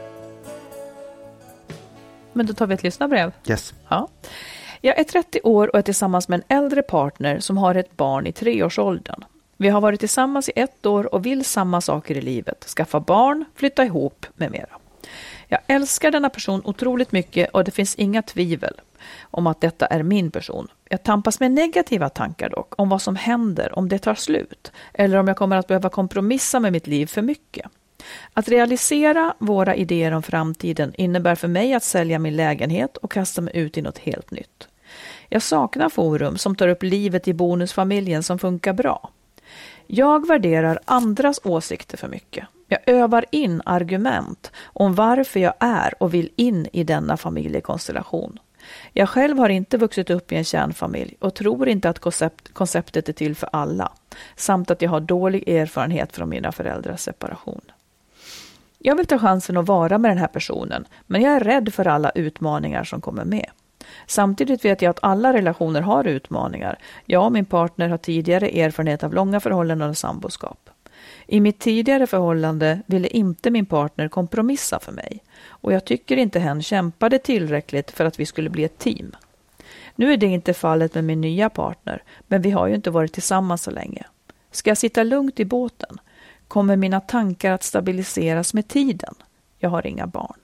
D: Men då tar vi ett lyssnarbrev.
E: Yes.
D: Ja. Jag är trettio år och är tillsammans med en äldre partner som har ett barn i treårsåldern. Vi har varit tillsammans i ett år och vill samma saker i livet. Skaffa barn, flytta ihop med mera. Jag älskar denna person otroligt mycket och det finns inga tvivel om att detta är min person. Jag tampas med negativa tankar dock om vad som händer om det tar slut eller om jag kommer att behöva kompromissa med mitt liv för mycket. Att realisera våra idéer om framtiden innebär för mig att sälja min lägenhet och kasta mig ut i något helt nytt. Jag saknar forum som tar upp livet i bonusfamiljen som funkar bra. Jag värderar andras åsikter för mycket. Jag övar in argument om varför jag är och vill in i denna familjekonstellation. Jag själv har inte vuxit upp i en kärnfamilj och tror inte att koncept, konceptet är till för alla, samt att jag har dålig erfarenhet från mina föräldrars separation. Jag vill ta chansen att vara med den här personen, men jag är rädd för alla utmaningar som kommer med. Samtidigt vet jag att alla relationer har utmaningar. Jag och min partner har tidigare erfarenhet av långa förhållanden och samboskap. I mitt tidigare förhållande ville inte min partner kompromissa för mig. Och jag tycker inte hen kämpade tillräckligt för att vi skulle bli ett team. Nu är det inte fallet med min nya partner, men vi har ju inte varit tillsammans så länge. Ska jag sitta lugnt i båten? Kommer mina tankar att stabiliseras med tiden? Jag har inga barn.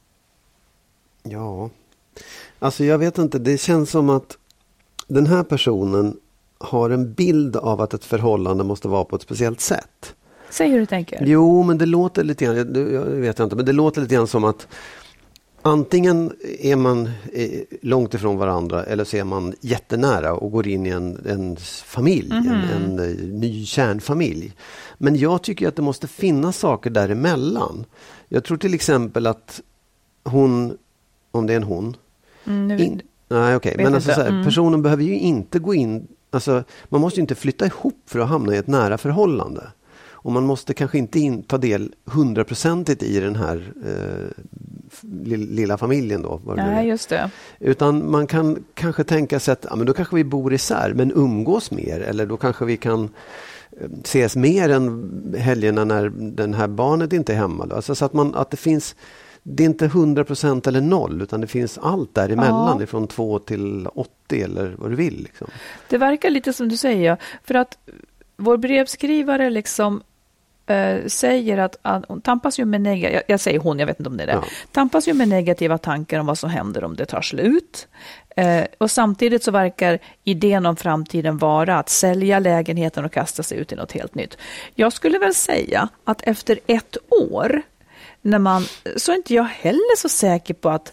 E: Ja, alltså jag vet inte. Det känns som att den här personen har en bild av att ett förhållande måste vara på ett speciellt sätt.
D: Säg hur du tänker.
E: Jo, men det låter lite grann, jag vet inte, men det låter lite grann som att antingen är man långt ifrån varandra eller så är man jättenära och går in i en, en familj, mm-hmm. en, en ny kärnfamilj. Men jag tycker att det måste finnas saker däremellan. Jag tror till exempel att hon, om det är en hon,
D: mm, nu,
E: in, nej okej, okay, men alltså så här, mm. personen behöver ju inte gå in, alltså man måste ju inte flytta ihop för att hamna i ett nära förhållande. och man måste kanske inte in, ta del hundraprocentigt i den här eh, lilla familjen då. Vad det
D: Nej,
E: är.
D: just det.
E: Utan man kan kanske tänka sig att ja, men då kanske vi bor isär men umgås mer, eller då kanske vi kan ses mer än helgerna när den här barnet inte är hemma. Alltså så att, man, att det finns, det är inte hundra procent eller noll, utan det finns allt däremellan, ja. Ifrån två till åttio eller vad du vill. Liksom.
D: Det verkar lite som du säger, för att vår brevskrivare liksom äh, säger att, att hon tampas ju med negativa, jag, jag säger hon, jag vet inte om det är det, ja. tampas ju med negativa tankar om vad som händer om det tar slut. Eh, och samtidigt så verkar idén om framtiden vara att sälja lägenheten och kasta sig ut i något helt nytt. Jag skulle väl säga att efter ett år, när man, så är inte jag heller så säker på att,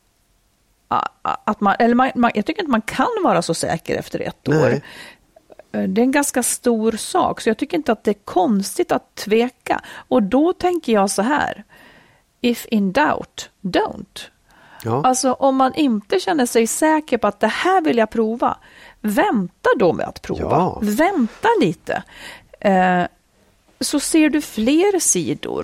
D: att man, eller man, man, jag tycker inte man kan vara så säker efter ett
E: Nej.
D: år. Det är en ganska stor sak, så jag tycker inte att det är konstigt att tveka. Och då tänker jag så här, if in doubt, don't.
E: Ja.
D: Alltså om man inte känner sig säker på att det här vill jag prova, vänta då med att prova.
E: Ja.
D: Vänta lite. Eh, så ser du fler sidor.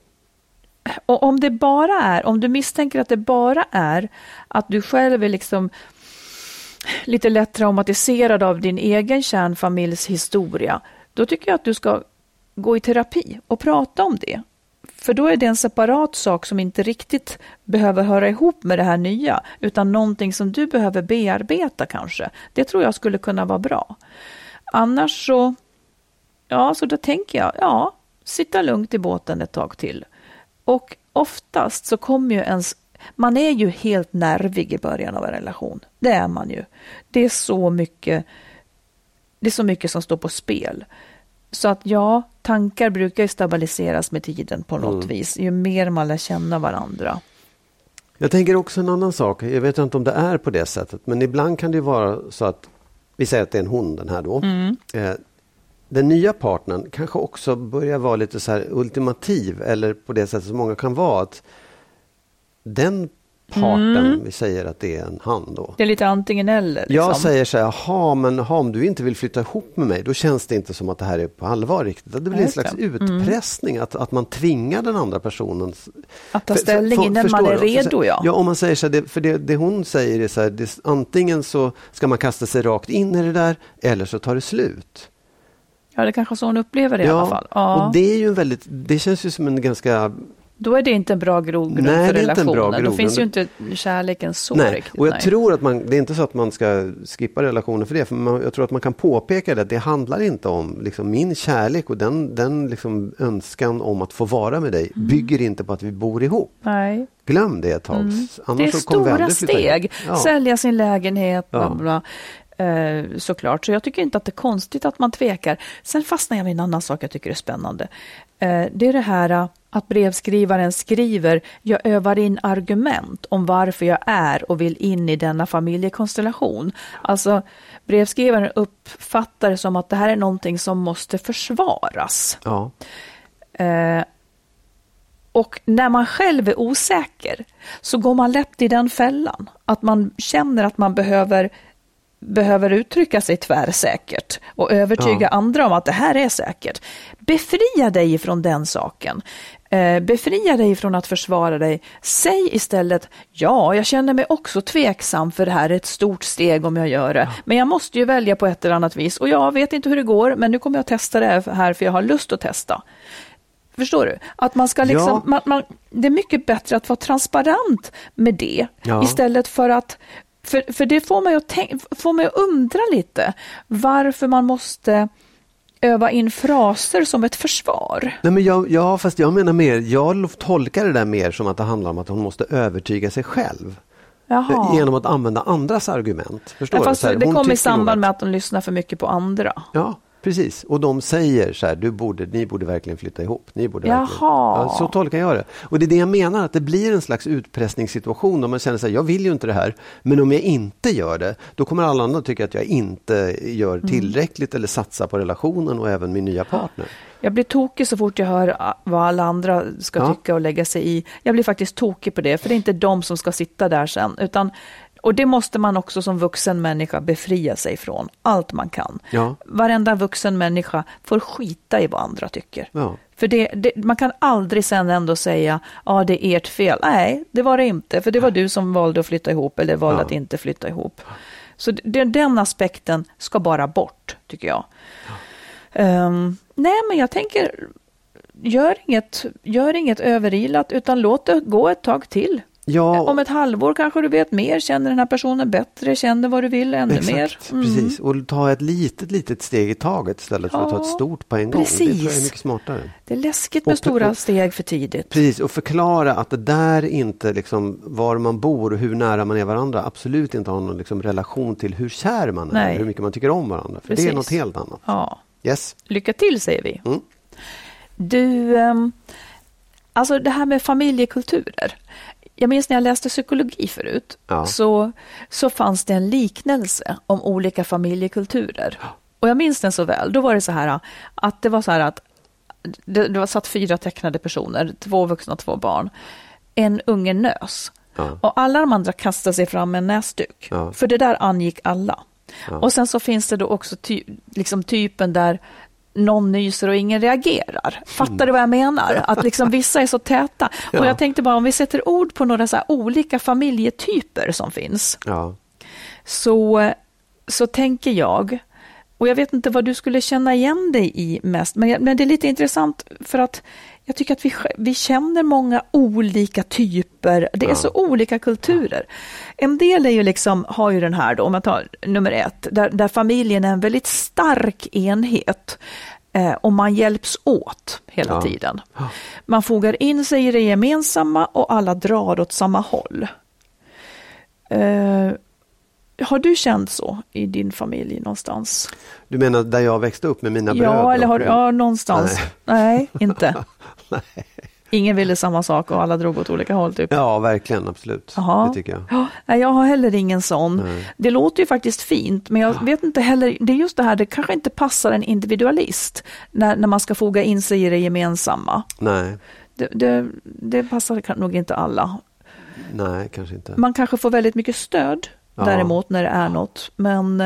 D: Och om det bara är, om du misstänker att det bara är att du själv är liksom lite lätt traumatiserad av din egen kärnfamiljs historia, då tycker jag att du ska gå i terapi och prata om det. För då är det en separat sak som inte riktigt behöver höra ihop med det här nya, utan någonting som du behöver bearbeta kanske. Det tror jag skulle kunna vara bra. Annars så, ja, så då tänker jag, ja, sitta lugnt i båten ett tag till. Och oftast så kommer ju ens, man är ju helt nervig i början av en relation. Det är man ju. Det är så mycket, det är så mycket som står på spel. Så att ja, tankar brukar ju stabiliseras med tiden på något mm. vis. Ju mer man lär känna varandra.
E: Jag tänker också en annan sak. Jag vet inte om det är på det sättet. Men ibland kan det vara så att, vi säger att det är en hon den här då.
D: Mm.
E: Eh, den nya partnern kanske också börjar vara lite så här ultimativ. Eller på det sättet som många kan vara. Att den parten, mm. vi säger att det är en han då.
D: Det är lite antingen eller. Liksom.
E: Jag säger så här, jaha, men aha, om du inte vill flytta ihop med mig, då känns det inte som att det här är på allvar riktigt. Det blir en slags utpressning, mm. att, att man tvingar den andra personen.
D: Att ta ställning för, innan man är redo, ja.
E: Ja, om man säger så här, det, för det, det hon säger är så här, det, antingen så ska man kasta sig rakt in i det där, eller så tar det slut.
D: Ja, det kanske så hon upplever det
E: ja,
D: i alla fall. Ja,
E: och det är ju en väldigt, det känns ju som en ganska...
D: Då är det inte en bra grogrund
E: nej,
D: för relationen. Då finns ju inte kärleken så
E: nej.
D: riktigt.
E: Och jag
D: nej.
E: tror att man, det är inte så att man ska skippa relationen för det. För man, jag tror att man kan påpeka det. Att det handlar inte om liksom, min kärlek och den, den liksom, önskan om att få vara med dig mm. bygger inte på att vi bor ihop.
D: Nej.
E: Glöm det ett tag.
D: Mm.
E: Annars
D: det är
E: så
D: stora steg.
E: Ja.
D: Sälja sin lägenhet. Bla,
E: ja.
D: bla. Eh, såklart. Så jag tycker inte att det är konstigt att man tvekar. Sen fastnar jag med en annan sak jag tycker är spännande. Eh, det är det här att brevskrivaren skriver, jag övar in argument om varför jag är och vill in i denna familjekonstellation. Alltså brevskrivaren uppfattar det som att det här är någonting som måste försvaras.
E: Ja.
D: Eh, och när man själv är osäker så går man lätt i den fällan. Att man känner att man behöver behöver uttrycka sig tvärsäkert och övertyga ja. andra om att det här är säkert. Befria dig från den saken. Eh, befria dig från att försvara dig. Säg istället, ja, jag känner mig också tveksam för det här är ett stort steg om jag gör det. Ja. Men jag måste ju välja på ett eller annat vis. Och jag vet inte hur det går, men nu kommer jag att testa det här för jag har lust att testa. Förstår du? Att man ska liksom,
E: ja.
D: man, man, det är mycket bättre att vara transparent med det
E: ja.
D: istället för att För, för det får mig, att tänk, får mig att undra lite varför man måste öva in fraser som ett försvar.
E: Nej, men jag, ja, fast jag menar mer, jag tolkar det där mer som att det handlar om att hon måste övertyga sig själv.
D: Jaha.
E: Genom att använda andras argument. Förstår
D: ja, fast
E: du? Så här,
D: det kommer i samband
E: att...
D: med att de lyssnar för mycket på andra.
E: Ja, precis. Och de säger så här, du borde, ni borde verkligen flytta ihop. Ni borde
D: Jaha.
E: verkligen. Ja, så tolkar jag det. Och det är det jag menar, att det blir en slags utpressningssituation där man känner så här, jag vill ju inte det här, men om jag inte gör det, då kommer alla andra tycka att jag inte gör tillräckligt mm. eller satsar på relationen och även min nya partner. Jag
D: blir tokig så fort jag hör vad alla andra ska ja. tycka och lägga sig i. Jag blir faktiskt tokig på det, för det är inte de som ska sitta där sen, utan Och det måste man också som vuxen människa befria sig från. Allt man kan.
E: Ja.
D: Varenda vuxen människa får skita i vad andra tycker.
E: Ja.
D: För det, det, man kan aldrig sen ändå säga ja ah, det är ert fel. Nej, det var det inte. För det var du som valde att flytta ihop eller valde ja. att inte flytta ihop. Så det, den aspekten ska bara bort, tycker jag. Ja. Um, nej, men jag tänker gör inget, gör inget överilat utan låt det gå ett tag till. Ja. Om ett halvår kanske du vet mer, känner den här personen bättre, känner vad du vill ännu
E: Exakt,
D: mer.
E: Mm. Precis, och ta ett litet, litet steg i taget istället för ja, att ta ett stort på en gång.
D: Precis.
E: Det tror jag är mycket smartare.
D: Det är läskigt med och, stora och, steg för tidigt.
E: Precis, och förklara att det där inte liksom var man bor och hur nära man är varandra absolut inte har någon liksom relation till hur kär man är, Nej. hur mycket man tycker om varandra. För Precis. det är något helt annat.
D: Ja.
E: Yes.
D: Lycka till, säger vi.
E: Mm.
D: Du, um, alltså det här med familjekulturer. Jag minns när jag läste psykologi förut ja. så, så fanns det en liknelse om olika familjekulturer. Och jag minns den så väl. Då var det så här att det var så här att det, det var satt fyra tecknade personer, två vuxna, två barn. En unge nös. Ja. Och alla de andra kastade sig fram med en näsduk. Ja. För det där angick alla. Ja. Och sen så finns det då också ty, liksom typen där någon nyser och ingen reagerar. Fattar du vad jag menar? Att liksom vissa är så täta. Ja. Och jag tänkte bara om vi sätter ord på några så här olika familjetyper som finns.
E: Ja.
D: Så, så tänker jag, och jag vet inte vad du skulle känna igen dig i mest, men, men det är lite intressant för att jag tycker att vi, vi känner många olika typer. Det är ja. så olika kulturer. En del är ju liksom, har ju den här då, om man tar nummer ett, där, där familjen är en väldigt stark enhet eh, och man hjälps åt hela ja. tiden. Man fogar in sig i det gemensamma och alla drar åt samma håll. Eh, har du känt så i din familj någonstans?
E: Du menar där jag växte upp med mina bröder?
D: Ja, eller har du, ja, någonstans. Nej, Nej inte.
E: Nej.
D: Ingen ville samma sak och alla drog åt olika håll typ.
E: Ja, verkligen, absolut.
D: Aha.
E: Det tycker jag.
D: Ja, nej, jag har heller ingen sån. Nej. Det låter ju faktiskt fint, men jag vet inte heller, det är just det här, det kanske inte passar en individualist när, när man ska foga in sig i det gemensamma.
E: Nej.
D: Det, det, det passar nog inte alla.
E: Nej, kanske inte.
D: Man kanske får väldigt mycket stöd ja. däremot när det är något, men,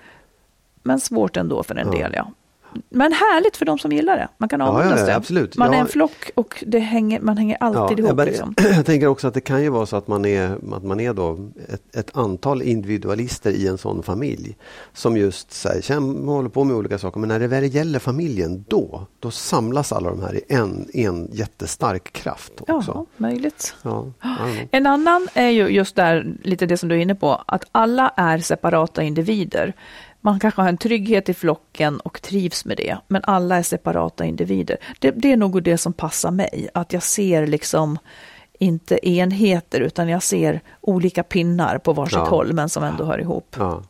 D: men svårt ändå för en ja. del, ja. Men härligt för de som gillar det. Man kan använda
E: ja, ja,
D: det.
E: Absolut.
D: Man
E: ja.
D: är en flock och det hänger, man hänger alltid
E: ja,
D: ihop.
E: Jag, bara,
D: liksom.
E: jag tänker också att det kan ju vara så att man är, att man är då ett, ett antal individualister i en sån familj som just så här, håller på med olika saker. Men när det väl gäller familjen, då, då samlas alla de här i en, en jättestark kraft också.
D: Ja, möjligt.
E: Ja,
D: en annan är ju just där, lite det som du är inne på, att alla är separata individer. Man kanske har en trygghet i flocken och trivs med det. Men alla är separata individer. Det, det är nog det som passar mig. Att jag ser liksom inte enheter utan jag ser olika pinnar på varsitt ja. håll men som ändå hör ihop.
E: Ja.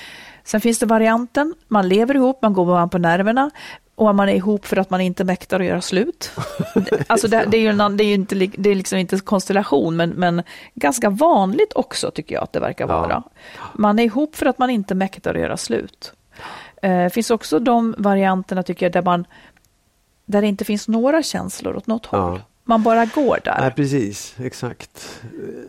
D: Sen finns det varianten. Man lever ihop, man går varandra på nerverna. Och man är ihop för att man inte mäktar att göra slut. Alltså det, det är ju en, det är inte, det är liksom inte konstellation men, men ganska vanligt också tycker jag att det verkar vara. Ja. Man är ihop för att man inte mäktar att göra slut. Det eh, finns också de varianterna tycker jag där, man, där det inte finns några känslor åt något håll.
E: Ja.
D: Man bara går där.
E: Nej, precis, exakt.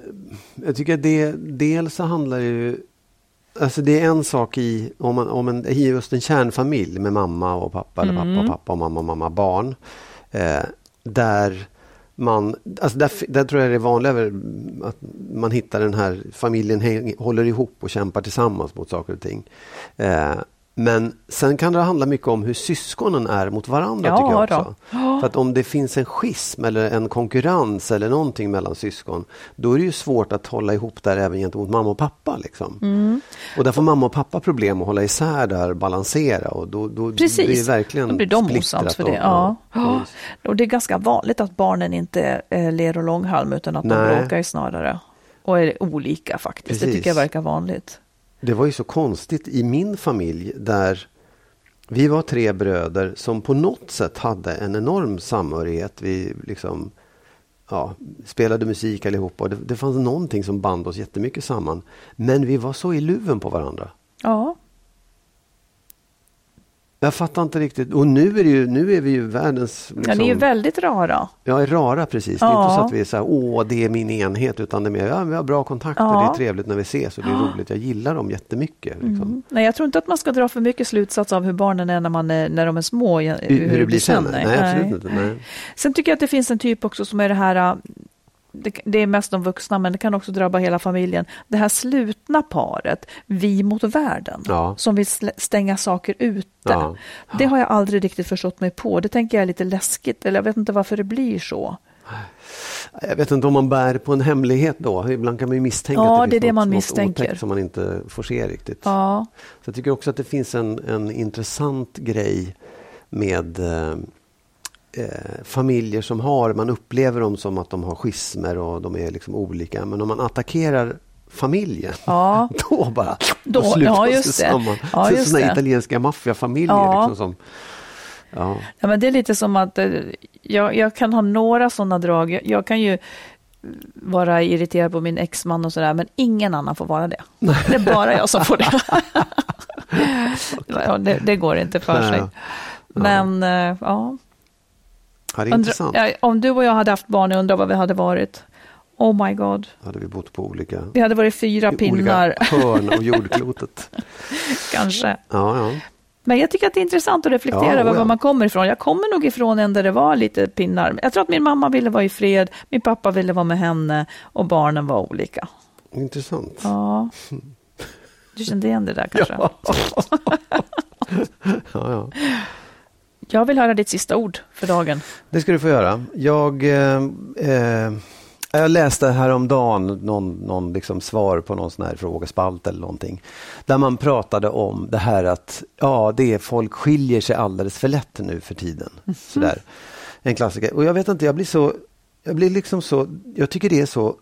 E: Jag tycker att det dels så handlar det ju alltså det är en sak i om, man, om en, i just en kärnfamilj med mamma och pappa eller
D: mm.
E: pappa och pappa och mamma och mamma barn eh, där man alltså där, där tror jag det är vanligare att man hittar den här familjen häng, håller ihop och kämpar tillsammans mot saker och ting. Eh, men sen kan det handla mycket om hur syskonen är mot varandra
D: ja,
E: tycker jag också.
D: Ja.
E: För att om det finns en schism eller en konkurrens eller någonting mellan syskon, då är det ju svårt att hålla ihop där även gentemot mamma och pappa. Liksom.
D: Mm.
E: Och där får mamma och pappa problem att hålla isär där, balansera. Och då, då
D: Precis.
E: blir det verkligen
D: då blir de osams för det. Ja.
E: Ja.
D: Ja. Och det är ganska vanligt att barnen inte är ler och långhalm utan att
E: Nej.
D: de bråkar snarare. Och är olika faktiskt.
E: Precis.
D: Det tycker jag verkar vanligt.
E: Det var ju så konstigt i min familj där vi var tre bröder som på något sätt hade en enorm samhörighet. Vi liksom, ja, spelade musik allihop och det, det fanns någonting som band oss jättemycket samman. Men vi var så i luven på varandra.
D: Ja.
E: Jag fattar inte riktigt. Och nu är, det ju, nu är vi ju världens... Liksom,
D: ja, ni är ju väldigt rara.
E: Ja, är rara precis. Ja. Det är inte så att vi är så här, åh, det är min enhet. Utan det är mer, ja, vi har bra kontakter. Ja. Det är trevligt när vi ses och det är ja. roligt. Jag gillar dem jättemycket. Liksom.
D: Mm. Nej, jag tror inte att man ska dra för mycket slutsats av hur barnen är när, man är, när de är små. Hur,
E: hur, hur det blir sen. Nej, nej, absolut
D: nej.
E: inte. Nej.
D: Sen tycker jag att det finns en typ också som är det här... Det, det är mest de vuxna, men det kan också drabba hela familjen. Det här slutna paret, vi mot världen,
E: ja.
D: som vill stänga saker ute. Ja. Det har jag aldrig riktigt förstått mig på. Det tänker jag är lite läskigt, eller jag vet inte varför det blir så.
E: Jag vet inte om man bär på en hemlighet då. Ibland kan man ju misstänka
D: ja,
E: att det,
D: det är det
E: något,
D: man
E: något
D: misstänker.
E: otäckt som man inte får se riktigt.
D: Ja.
E: Så jag tycker också att det finns en, en intressant grej med... Eh, Eh, familjer som har, man upplever dem som att de har schismer och de är liksom olika, men om man attackerar familjen ja. då bara då, då slutar ja, just det samman. Ja, just sådana det. Italienska maffiafamiljer ja. liksom som ja. ja men det är lite som att eh, jag, jag kan ha några sådana drag, jag, jag kan ju vara irriterad på min exman och sådär, men ingen annan får vara det. Det är bara jag som får det. ja, det, det går inte för sig. Ja. Men eh, ja Ja, det är
D: undra, ja, om du och jag hade haft barn, jag undrar vad vi hade varit. Oh my god.
E: Hade vi bott på olika...
D: Vi hade varit fyra pinnar.
E: Olika hörn av jordklotet.
D: Kanske.
E: Ja, ja.
D: Men jag tycker att det är intressant att reflektera ja, över ja. var man kommer ifrån. Jag kommer nog ifrån en där det var lite pinnar. Jag tror att min mamma ville vara i fred, min pappa ville vara med henne och barnen var olika.
E: Intressant.
D: Ja. Du kände igen det där kanske?
E: Ja, ja. ja.
D: Jag vill höra ditt sista ord för dagen.
E: Det ska du få göra. Jag, eh, eh, jag läste häromdagen någon, någon liksom svar på någon sån här frågespalt eller någonting. Där man pratade om det här att ja, det är folk skiljer sig alldeles för lätt nu för tiden. Mm. Sådär. En klassiker. Och jag vet inte, jag blir så, jag blir liksom så, jag tycker det är så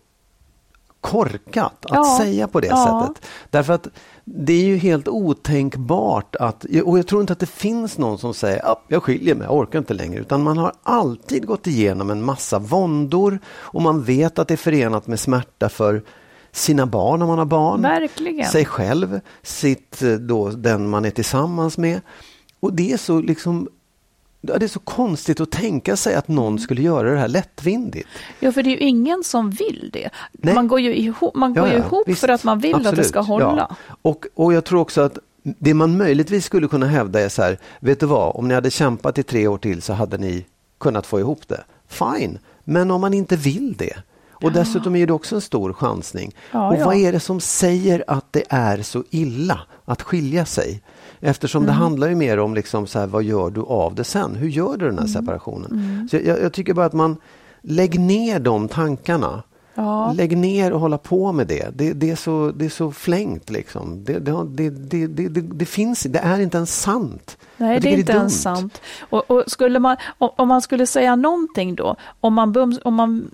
E: korkat att ja. säga på det ja. sättet. Därför att det är ju helt otänkbart att, och jag tror inte att det finns någon som säger ah, jag skiljer mig, jag orkar inte längre, utan man har alltid gått igenom en massa våndor och man vet att det är förenat med smärta för sina barn om man har barn.
D: Verkligen.
E: Sig själv, sitt då, den man är tillsammans med. Och det är så liksom det är så konstigt att tänka sig att någon skulle göra det här lättvindigt.
D: Ja, för det är ju ingen som vill det. Nej. Man går ju ihop, man går
E: ja, ja,
D: ju ihop för att man vill absolut. Att det ska hålla.
E: Ja. Och, och jag tror också att det man möjligtvis skulle kunna hävda är så här, vet du vad, om ni hade kämpat i tre år till så hade ni kunnat få ihop det. Fine, men om man inte vill det. Och ja. dessutom är det också en stor chansning. Ja, och vad ja. är det som säger att det är så illa att skilja sig? Eftersom mm. det handlar ju mer om liksom så här, vad gör du av det sen? Hur gör du den här separationen? Mm. Så jag, jag tycker bara att man lägger ner de tankarna. Ja. Lägg ner och hålla på med det. Det, det, är, så, det är så flängt liksom. Det, det, det, det, det, det, det finns, det är inte ens sant.
D: Nej, det är inte det är ens sant. Och, och skulle man, om, om man skulle säga någonting då, om man, bums, om man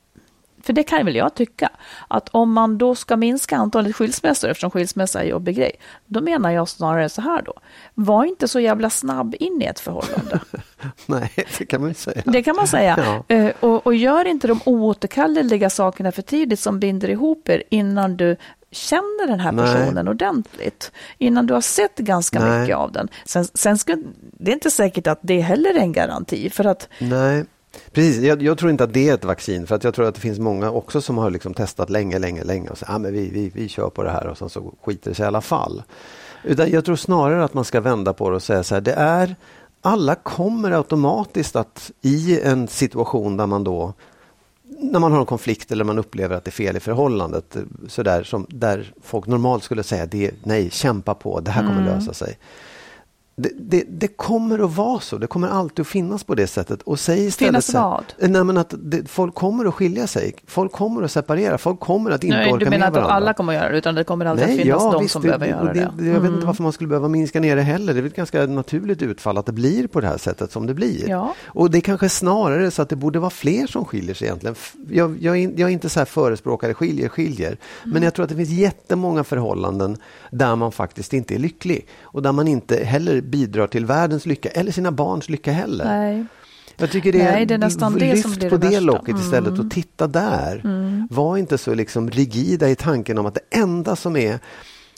D: för det kan väl jag tycka, att om man då ska minska antalet skilsmässor, eftersom skilsmässa är en jobbig grej, då menar jag snarare så här då. Var inte så jävla snabb in i ett förhållande.
E: Nej, det kan man ju säga.
D: Det kan man säga. Ja. Uh, och, och gör inte de oåterkalleliga sakerna för tidigt som binder ihop er innan du känner den här personen Nej. ordentligt. Innan du har sett ganska Nej. mycket av den. Sen, sen ska, det är inte säkert att det heller är en garanti. För att
E: Nej. Precis, jag, jag tror inte att det är ett vaccin, för att jag tror att det finns många också som har liksom testat länge, länge, länge och säger, ah, men vi, vi, vi kör på det här och sen så skiter det sig i alla fall. Utan jag tror snarare att man ska vända på det och säga så här, det är, alla kommer automatiskt att i en situation där man då, när man har en konflikt eller man upplever att det är fel i förhållandet, så där, som, där folk normalt skulle säga, det, nej, kämpa på, det här kommer mm. lösa sig. Det, det, det kommer att vara så. Det kommer alltid att finnas på det sättet. Och säg istället
D: finnas vad?
E: Nej, men att det, folk kommer att skilja sig. Folk kommer att separera. Folk kommer att inte
D: nej,
E: orka med varandra.
D: Du menar att alla kommer att göra det, utan det kommer alltid nej, att finnas
E: ja,
D: de
E: visst,
D: som
E: det,
D: behöver
E: det,
D: göra det.
E: det. Jag mm. vet inte varför man skulle behöva minska ner det heller. Det är ett ganska naturligt utfall att det blir på det här sättet som det blir.
D: Ja.
E: Och det är kanske snarare så att det borde vara fler som skiljer sig egentligen. Jag, jag, jag är inte så här förespråkare skiljer, skiljer. Mm. Men jag tror att det finns jättemånga förhållanden där man faktiskt inte är lycklig. Och där man inte heller bidrar till världens lycka eller sina barns lycka heller.
D: Nej.
E: Jag tycker det är,
D: Nej, det är nästan
E: lyft
D: det som blir
E: på
D: det,
E: det
D: det
E: locket
D: mm.
E: istället och titta där. Mm. Var inte så liksom rigida i tanken om att det enda som är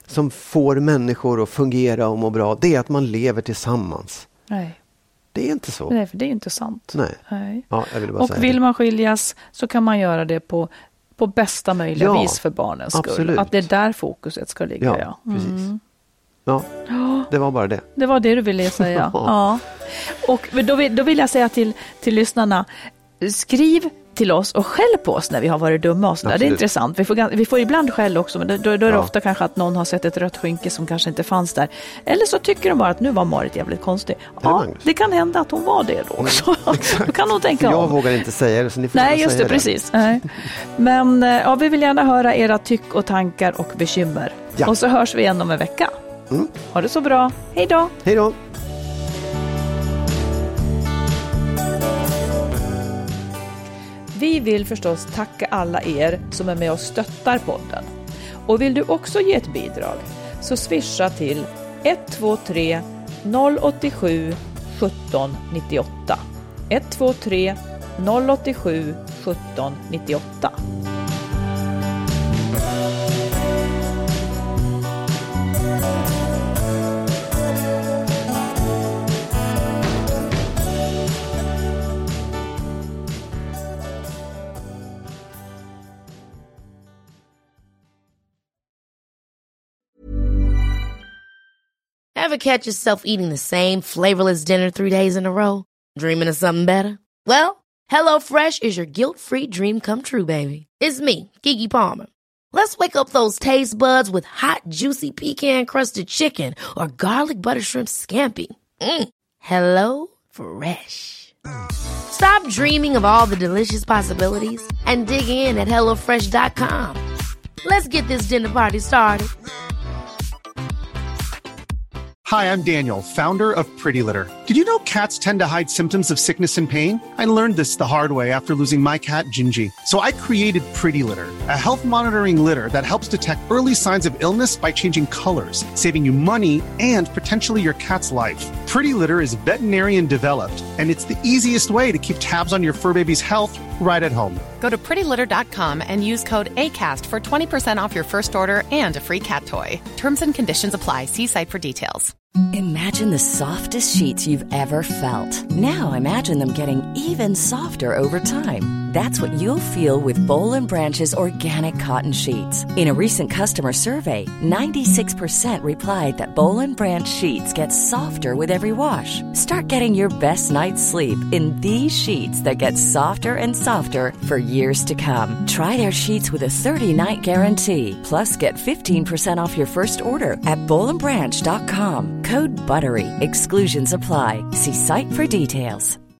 E: som får människor att fungera och må bra, det är att man lever tillsammans.
D: Nej.
E: Det är inte så.
D: Nej, för det är inte sant.
E: Nej.
D: Nej.
E: Ja, jag ville bara
D: och
E: säga
D: vill
E: det.
D: man skiljas så kan man göra det på, på bästa möjliga
E: Ja,
D: vis för barnens skull.
E: absolut.
D: Att det är där fokuset ska ligga.
E: Ja,
D: Ja,
E: precis.
D: Mm.
E: Ja, det var bara det.
D: Det var det du ville säga. Ja. Och då vill, då vill jag säga till, till lyssnarna, skriv till oss och skäll på oss när vi har varit dumma och sådär. Det är intressant. Vi får, vi får ibland skäll också, men då, då är det
E: Ja.
D: ofta kanske att någon har sett ett rött skynke som kanske inte fanns där. Eller så tycker de bara att nu var Marit jävligt konstig. Ja,
E: Magnus.
D: det kan hända att hon var det då också. Då kan hon tänka
E: För jag
D: om.
E: vågar inte säga det, så ni får
D: Nej,
E: säga
D: just det, precis. Nej. Men ja, vi vill gärna höra era tyck och tankar och bekymmer.
E: Ja.
D: Och så hörs vi igen om en vecka.
E: Mm.
D: Ha det så bra. Hej då!
E: Hej då!
D: Vi vill förstås tacka alla er som är med och stöttar podden. Och vill du också ge ett bidrag så swisha till ett två tre noll åtta sju sjutton nittioåtta. ett två tre noll åtta sju sjutton nittioåtta.
F: Ever catch yourself eating the same flavorless dinner three days in a row? Dreaming of something better? Well, HelloFresh is your guilt-free dream come true, baby. It's me, Keke Palmer. Let's wake up those taste buds with hot, juicy pecan-crusted chicken or garlic butter shrimp scampi. Mm. Hello Fresh. Stop dreaming of all the delicious possibilities and dig in at hello fresh dot com. Let's get this dinner party started.
I: Hi, I'm Daniel, founder of Pretty Litter. Did you know cats tend to hide symptoms of sickness and pain? I learned this the hard way after losing my cat, Gingy. So I created Pretty Litter, a health monitoring litter that helps detect early signs of illness by changing colors, saving you money and potentially your cat's life. Pretty Litter is veterinarian developed, and it's the easiest way to keep tabs on your fur baby's health right at home.
J: Go to pretty litter dot com and use code ACAST for twenty percent off your first order and a free cat toy. Terms and conditions apply. See site for details.
K: Imagine the softest sheets you've ever felt. Now imagine them getting even softer over time. That's what you'll feel with Boll and Branch's organic cotton sheets. In a recent customer survey, ninety-six percent replied that Boll and Branch sheets get softer with every wash. Start getting your best night's sleep in these sheets that get softer and softer for years to come. Try their sheets with a thirty-night guarantee. Plus, get fifteen percent off your first order at boll and branch dot com. Code BUTTERY. Exclusions apply. See site for details.